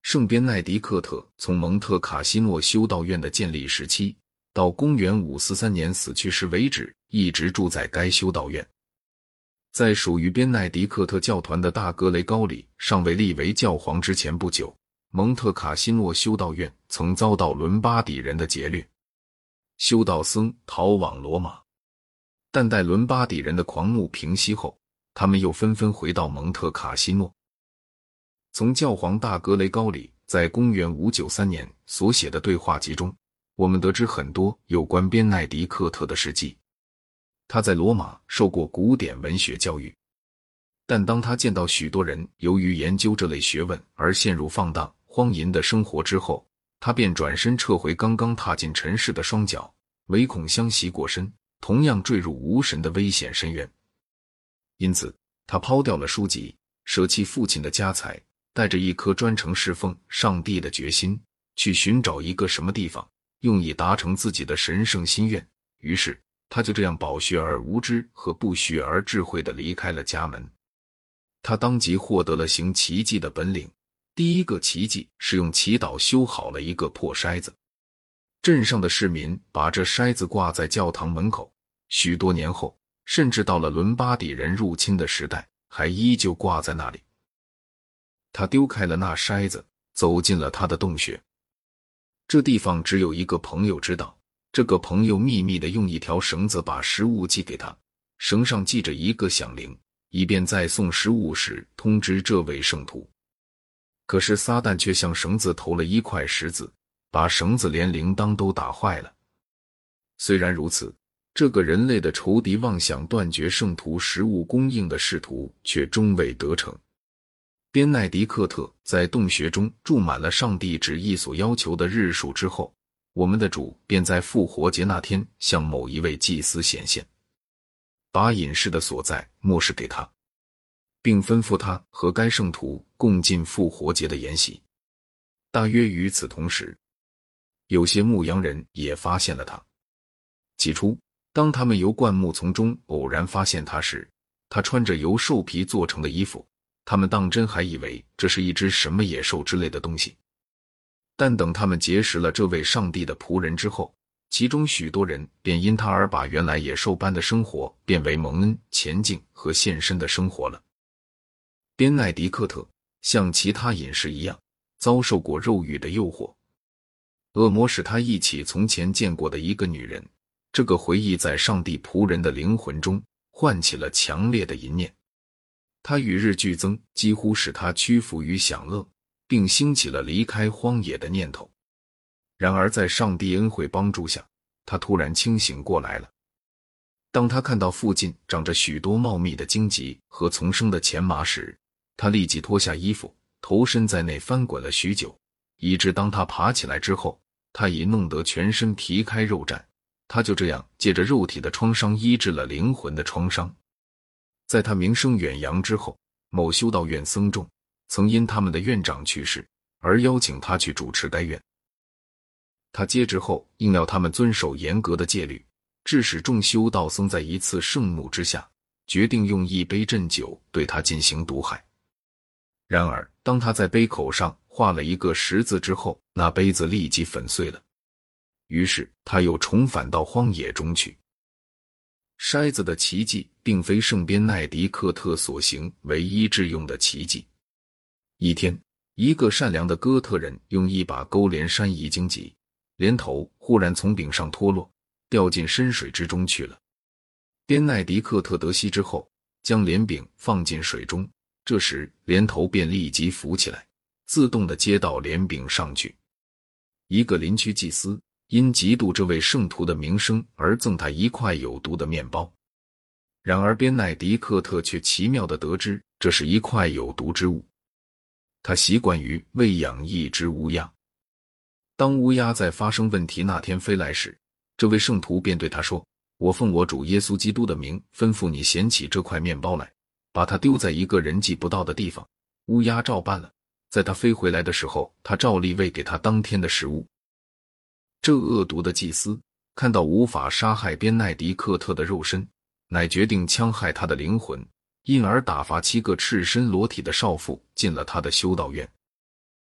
圣边奈迪克特从蒙特卡西诺修道院的建立时期到公元543年死去时为止，一直住在该修道院。在属于边奈迪克特教团的大格雷高里尚未立为教皇之前不久，蒙特卡西诺修道院曾遭到伦巴底人的劫掠，修道僧逃往罗马，但待伦巴底人的狂怒平息后，他们又纷纷回到蒙特卡西诺。从教皇大格雷高里在公元593年所写的对话集中，我们得知很多有关边奈迪克特的事迹。他在罗马受过古典文学教育，但当他见到许多人由于研究这类学问而陷入放荡荒淫的生活之后，他便转身撤回刚刚踏进尘世的双脚，唯恐相袭过深，同样坠入无神的危险深渊。因此他抛掉了书籍，舍弃父亲的家财，带着一颗专程侍奉上帝的决心，去寻找一个什么地方，用以达成自己的神圣心愿。于是他就这样饱学而无知和不学而智慧地离开了家门。他当即获得了行奇迹的本领。第一个奇迹是用祈祷修好了一个破筛子，镇上的市民把这筛子挂在教堂门口，许多年后，甚至到了伦巴底人入侵的时代，还依旧挂在那里。他丢开了那筛子，走进了他的洞穴。这地方只有一个朋友知道，这个朋友秘密地用一条绳子把食物寄给他，绳上系着一个响铃，以便在送食物时通知这位圣徒。可是撒旦却向绳子投了一块石子，把绳子连铃铛都打坏了。虽然如此，这个人类的仇敌妄想断绝圣徒食物供应的仕途却终未得逞。边奈迪克特在洞穴中住满了上帝旨意所要求的日数之后，我们的主便在复活节那天向某一位祭司显现，把隐士的所在默示给他，并吩咐他和该圣徒共进复活节的筵席。大约与此同时，有些牧羊人也发现了他。起初，当他们由灌木丛中偶然发现他时，他穿着由兽皮做成的衣服，他们当真还以为这是一只什么野兽之类的东西。但等他们结识了这位上帝的仆人之后，其中许多人便因他而把原来野兽般的生活变为蒙恩、前进和献身的生活了。边奈迪克特像其他隐士一样，遭受过肉欲的诱惑。恶魔使他忆起从前见过的一个女人，这个回忆在上帝仆人的灵魂中唤起了强烈的淫念。他与日俱增，几乎使他屈服于享乐，并兴起了离开荒野的念头。然而在上帝恩惠帮助下，他突然清醒过来了。当他看到附近长着许多茂密的荆棘和丛生的前麻时，他立即脱下衣服，投身在内翻滚了许久，以致当他爬起来之后，他已弄得全身皮开肉绽。他就这样借着肉体的创伤医治了灵魂的创伤。在他名声远扬之后，某修道院僧众曾因他们的院长去世而邀请他去主持该院。他接旨后硬要他们遵守严格的戒律，致使众修道僧在一次盛怒之下，决定用一杯鸩酒对他进行毒害。然而当他在杯口上画了一个十字之后，那杯子立即粉碎了。于是他又重返到荒野中去。筛子的奇迹并非圣边奈迪克特所行唯一致用的奇迹。一天，一个善良的哥特人用一把钩镰山移荆棘，镰头忽然从柄上脱落，掉进深水之中去了。边奈迪克特得悉之后，将镰柄放进水中，这时镰头便立即浮起来，自动地接到镰柄上去。一个邻居祭司因嫉妒这位圣徒的名声而赠他一块有毒的面包，然而边奈迪克特却奇妙地得知这是一块有毒之物。他习惯于喂养一只乌鸦。当乌鸦在发生问题那天飞来时，这位圣徒便对他说：我奉我主耶稣基督的名吩咐你捡起这块面包来，把它丢在一个人迹不到的地方。乌鸦照办了，在他飞回来的时候，他照例喂给他当天的食物。这恶毒的祭司看到无法杀害边奈迪克特的肉身，乃决定戕害他的灵魂，因而打发7个赤身裸体的少妇进了他的修道院。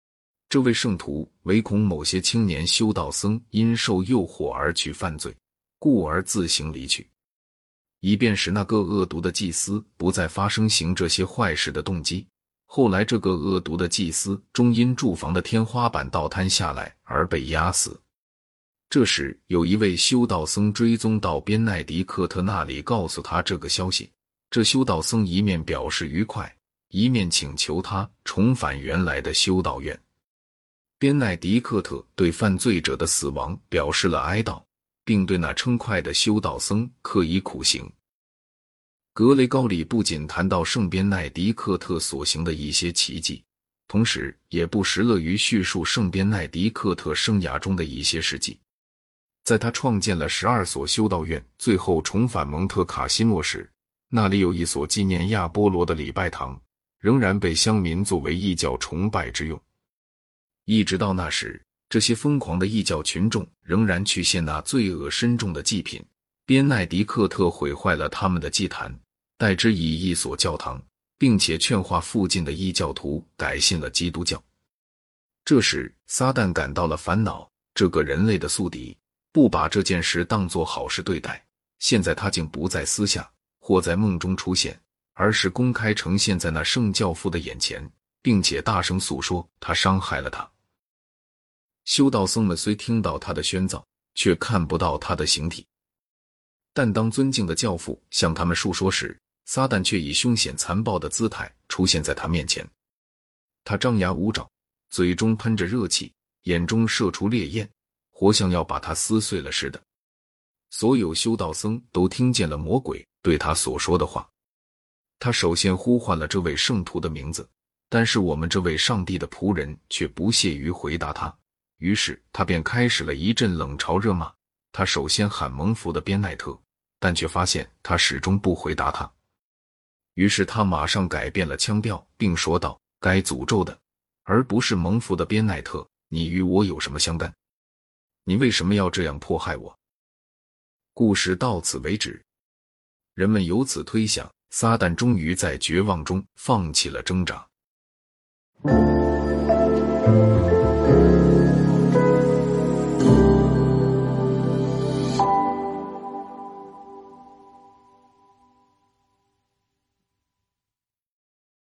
这位圣徒唯恐某些青年修道僧因受诱惑而去犯罪，故而自行离去，以便使那个恶毒的祭司不再发生行这些坏事的动机。后来这个恶毒的祭司终因住房的天花板倒塌下来而被压死。这时有一位修道僧追踪到边奈迪克特那里，告诉他这个消息。这修道僧一面表示愉快，一面请求他重返原来的修道院。边奈迪克特对犯罪者的死亡表示了哀悼，并对那称快的修道僧刻以苦刑。格雷高里不仅谈到圣边奈迪克特所行的一些奇迹，同时也不时乐于叙述圣边奈迪克特生涯中的一些事迹。在他创建了12所修道院，最后重返蒙特卡西诺时，那里有一所纪念亚波罗的礼拜堂，仍然被乡民作为异教崇拜之用。一直到那时，这些疯狂的异教群众仍然去献那罪恶深重的祭品。边奈迪克特毁坏了他们的祭坛，代之以一所教堂，并且劝化附近的异教徒改信了基督教。这时撒旦感到了烦恼，这个人类的宿敌不把这件事当作好事对待，现在他竟不在私下或在梦中出现，而是公开呈现在那圣教父的眼前，并且大声诉说他伤害了他。修道僧们虽听到他的宣造，却看不到他的形体。但当尊敬的教父向他们述说时，撒旦却以凶险残暴的姿态出现在他面前。他张牙舞爪，嘴中喷着热气，眼中射出烈焰，活像要把他撕碎了似的。所有修道僧都听见了魔鬼对他所说的话。他首先呼唤了这位圣徒的名字，但是我们这位上帝的仆人却不屑于回答他。于是他便开始了一阵冷嘲热骂。他首先喊蒙福的边奈特，但却发现他始终不回答他。于是他马上改变了腔调，并说道：该诅咒的，而不是蒙福的边奈特，你与我有什么相干？你为什么要这样迫害我？故事到此为止。人们由此推想，撒旦终于在绝望中放弃了挣扎。